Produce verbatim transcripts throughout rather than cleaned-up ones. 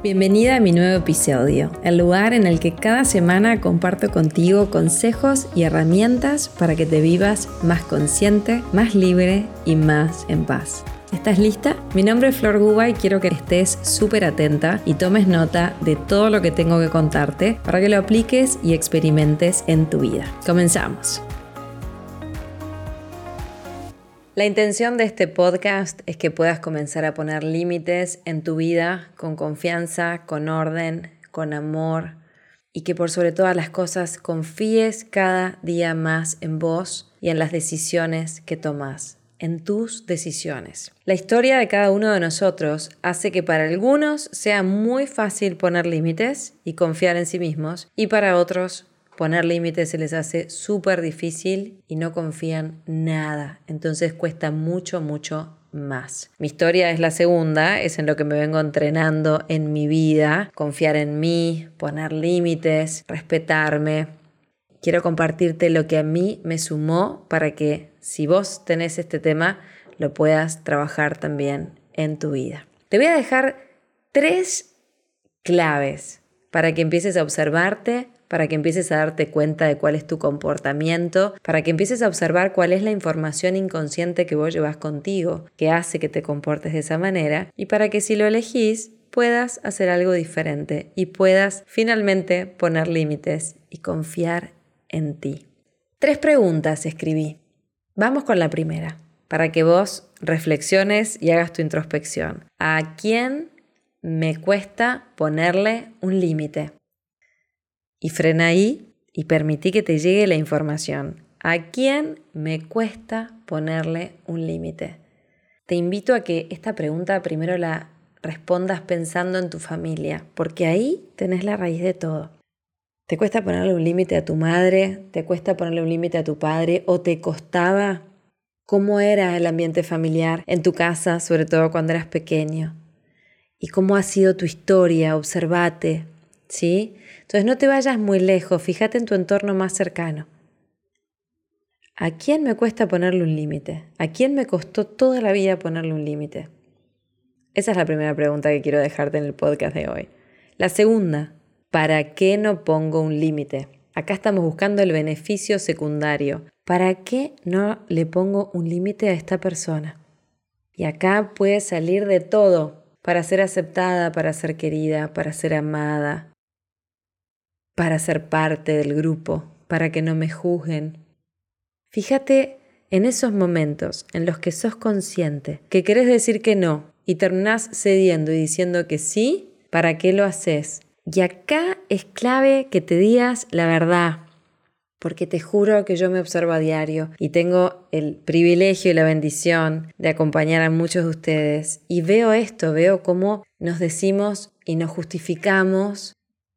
Bienvenida a mi nuevo episodio, el lugar en el que cada semana comparto contigo consejos y herramientas para que te vivas más consciente, más libre y más en paz. ¿Estás lista? Mi nombre es Flor Guba y quiero que estés súper atenta y tomes nota de todo lo que tengo que contarte para que lo apliques y experimentes en tu vida. Comenzamos. La intención de este podcast es que puedas comenzar a poner límites en tu vida con confianza, con orden, con amor y que por sobre todas las cosas confíes cada día más en vos y en las decisiones que tomás, en tus decisiones. La historia de cada uno de nosotros hace que para algunos sea muy fácil poner límites y confiar en sí mismos y para otros poner límites se les hace súper difícil y no confían nada. Entonces cuesta mucho, mucho más. Mi historia es la segunda, es en lo que me vengo entrenando en mi vida. Confiar en mí, poner límites, respetarme. Quiero compartirte lo que a mí me sumó para que si vos tenés este tema, lo puedas trabajar también en tu vida. Te voy a dejar tres claves para que empieces a observarte, para que empieces a darte cuenta de cuál es tu comportamiento, para que empieces a observar cuál es la información inconsciente que vos llevas contigo, que hace que te comportes de esa manera, y para que si lo elegís, puedas hacer algo diferente y puedas finalmente poner límites y confiar en ti. Tres preguntas escribí. Vamos con la primera, para que vos reflexiones y hagas tu introspección. ¿A quién me cuesta ponerle un límite? Y frena ahí y permití que te llegue la información. ¿A quién me cuesta ponerle un límite? Te invito a que esta pregunta primero la respondas pensando en tu familia, porque ahí tenés la raíz de todo. ¿Te cuesta ponerle un límite a tu madre? ¿Te cuesta ponerle un límite a tu padre? ¿O te costaba? ¿Cómo era el ambiente familiar en tu casa, sobre todo cuando eras pequeño? ¿Y cómo ha sido tu historia? Observate, ¿sí? Entonces no te vayas muy lejos, fíjate en tu entorno más cercano. ¿A quién me cuesta ponerle un límite? ¿A quién me costó toda la vida ponerle un límite? Esa es la primera pregunta que quiero dejarte en el podcast de hoy. La segunda, ¿para qué no pongo un límite? Acá estamos buscando el beneficio secundario. ¿Para qué no le pongo un límite a esta persona? Y acá puede salir de todo, para ser aceptada, para ser querida, para ser amada, para ser parte del grupo, para que no me juzguen. Fíjate en esos momentos en los que sos consciente que querés decir que no y terminás cediendo y diciendo que sí, ¿para qué lo haces? Y acá es clave que te digas la verdad, porque te juro que yo me observo a diario y tengo el privilegio y la bendición de acompañar a muchos de ustedes y veo esto, veo cómo nos decimos y nos justificamos.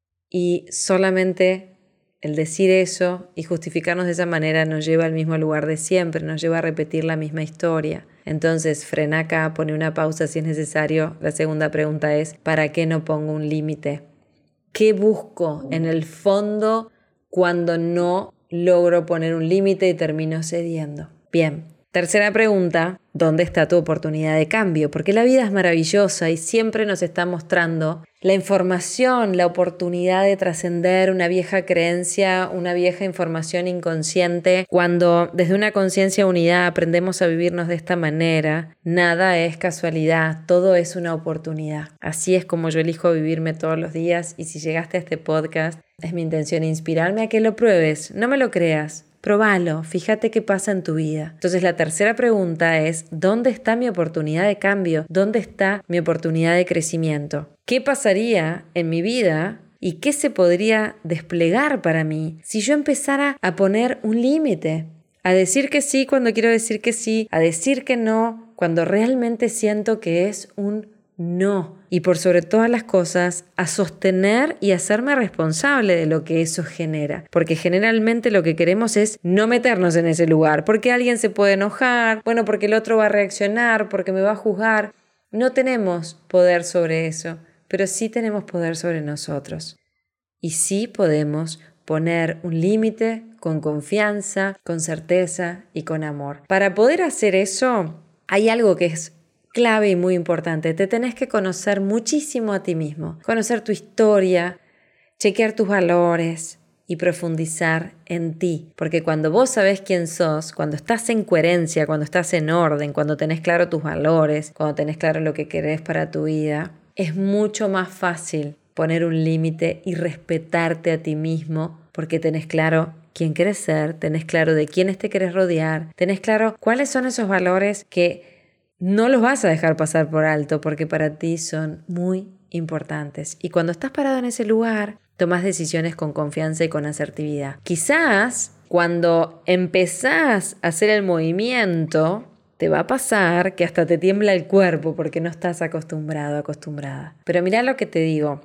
Y solamente el decir eso y justificarnos de esa manera nos lleva al mismo lugar de siempre, nos lleva a repetir la misma historia. Entonces, frena acá, pone una pausa si es necesario. La segunda pregunta es, ¿para qué no pongo un límite? ¿Qué busco en el fondo cuando no logro poner un límite y termino cediendo? Bien. Tercera pregunta, ¿dónde está tu oportunidad de cambio? Porque la vida es maravillosa y siempre nos está mostrando la información, la oportunidad de trascender una vieja creencia, una vieja información inconsciente. Cuando desde una conciencia unidad aprendemos a vivirnos de esta manera, nada es casualidad, todo es una oportunidad. Así es como yo elijo vivirme todos los días y si llegaste a este podcast, es mi intención inspirarme a que lo pruebes, no me lo creas. Probalo, fíjate qué pasa en tu vida. Entonces la tercera pregunta es, ¿dónde está mi oportunidad de cambio? ¿Dónde está mi oportunidad de crecimiento? ¿Qué pasaría en mi vida y qué se podría desplegar para mí si yo empezara a poner un límite? A decir que sí cuando quiero decir que sí, a decir que no cuando realmente siento que es un no. Y por sobre todas las cosas, a sostener y hacerme responsable de lo que eso genera. Porque generalmente lo que queremos es no meternos en ese lugar. Porque alguien se puede enojar, bueno, porque el otro va a reaccionar, porque me va a juzgar. No tenemos poder sobre eso, pero sí tenemos poder sobre nosotros. Y sí podemos poner un límite con confianza, con certeza y con amor. Para poder hacer eso, hay algo que es clave y muy importante. Te tenés que conocer muchísimo a ti mismo, conocer tu historia, chequear tus valores y profundizar en ti. Porque cuando vos sabés quién sos, cuando estás en coherencia, cuando estás en orden, cuando tenés claro tus valores, cuando tenés claro lo que querés para tu vida, es mucho más fácil poner un límite y respetarte a ti mismo porque tenés claro quién querés ser, tenés claro de quiénes te querés rodear, tenés claro cuáles son esos valores que no los vas a dejar pasar por alto porque para ti son muy importantes. Y cuando estás parado en ese lugar, tomás decisiones con confianza y con asertividad. Quizás cuando empezás a hacer el movimiento, te va a pasar que hasta te tiembla el cuerpo porque no estás acostumbrado, acostumbrada. Pero mirá lo que te digo.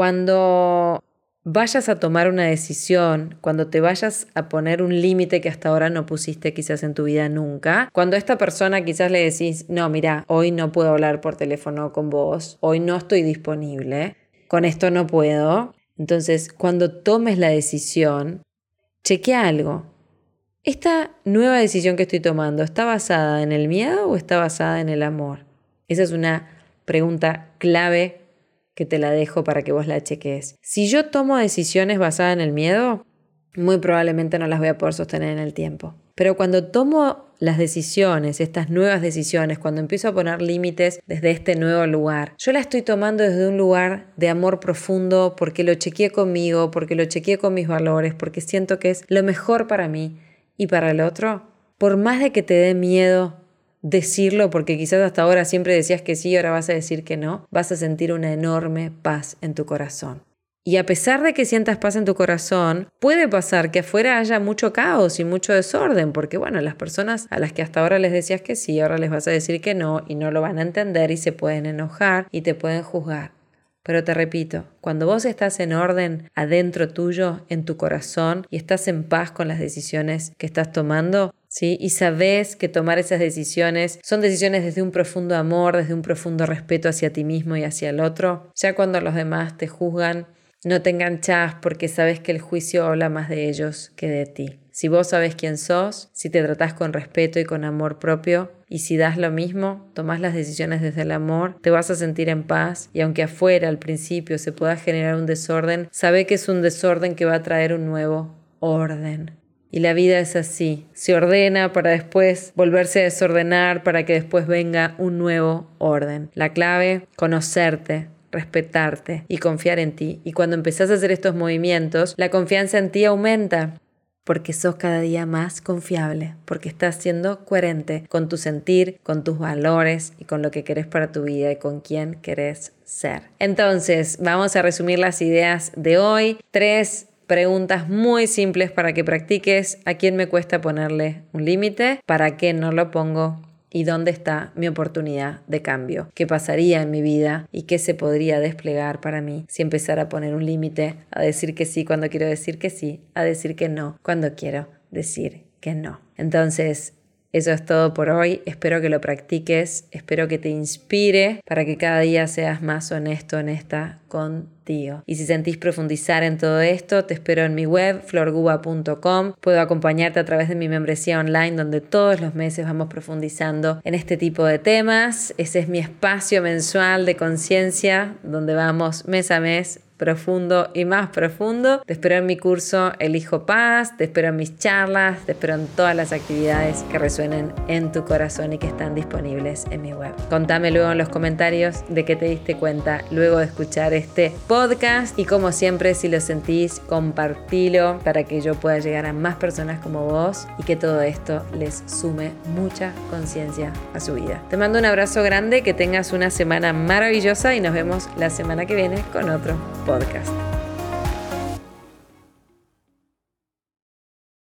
Cuando vayas a tomar una decisión, cuando te vayas a poner un límite que hasta ahora no pusiste quizás en tu vida nunca, cuando a esta persona quizás le decís, no, mira, hoy no puedo hablar por teléfono con vos, hoy no estoy disponible, con esto no puedo. Entonces, cuando tomes la decisión, chequea algo. ¿Esta nueva decisión que estoy tomando está basada en el miedo o está basada en el amor? Esa es una pregunta clave que te la dejo para que vos la cheques. Si yo tomo decisiones basadas en el miedo, muy probablemente no las voy a poder sostener en el tiempo. Pero cuando tomo las decisiones, estas nuevas decisiones, cuando empiezo a poner límites desde este nuevo lugar, yo la estoy tomando desde un lugar de amor profundo porque lo chequeé conmigo, porque lo chequeé con mis valores, porque siento que es lo mejor para mí y para el otro. Por más de que te dé miedo decirlo, porque quizás hasta ahora siempre decías que sí y ahora vas a decir que no, vas a sentir una enorme paz en tu corazón. Y a pesar de que sientas paz en tu corazón, puede pasar que afuera haya mucho caos y mucho desorden, porque bueno, las personas a las que hasta ahora les decías que sí, ahora les vas a decir que no y no lo van a entender y se pueden enojar y te pueden juzgar. Pero te repito, cuando vos estás en orden adentro tuyo, en tu corazón, y estás en paz con las decisiones que estás tomando, ¿sí? Y sabés que tomar esas decisiones son decisiones desde un profundo amor, desde un profundo respeto hacia ti mismo y hacia el otro, ya cuando los demás te juzgan, no te enganchás porque sabes que el juicio habla más de ellos que de ti. Si vos sabés quién sos, si te tratás con respeto y con amor propio, y si das lo mismo, tomás las decisiones desde el amor, te vas a sentir en paz, y aunque afuera al principio se pueda generar un desorden, sabe que es un desorden que va a traer un nuevo orden. Y la vida es así, se ordena para después volverse a desordenar, para que después venga un nuevo orden. La clave, conocerte, respetarte y confiar en ti. Y cuando empezás a hacer estos movimientos, la confianza en ti aumenta porque sos cada día más confiable, porque estás siendo coherente con tu sentir, con tus valores y con lo que querés para tu vida y con quién querés ser. Entonces, vamos a resumir las ideas de hoy. Tres preguntas muy simples para que practiques. ¿A quién me cuesta ponerle un límite? ¿Para qué no lo pongo? ¿Y dónde está mi oportunidad de cambio? ¿Qué pasaría en mi vida? ¿Y qué se podría desplegar para mí si empezara a poner un límite? A decir que sí cuando quiero decir que sí, a decir que no cuando quiero decir que no. Entonces, eso es todo por hoy. Espero que lo practiques, espero que te inspire para que cada día seas más honesto, honesta contigo. Y si sentís profundizar en todo esto, te espero en mi web, flor guba punto com. Puedo acompañarte a través de mi membresía online, donde todos los meses vamos profundizando en este tipo de temas. Ese es mi espacio mensual de conciencia, donde vamos mes a mes profundo y más profundo. Te espero en mi curso Elijo Paz, te espero en mis charlas, te espero en todas las actividades que resuenen en tu corazón y que están disponibles en mi web. Contame luego en los comentarios de qué te diste cuenta luego de escuchar este podcast, y como siempre, si lo sentís, compartilo para que yo pueda llegar a más personas como vos y que todo esto les sume mucha conciencia a su vida. Te mando un abrazo grande, que tengas una semana maravillosa y nos vemos la semana que viene con otro podcast.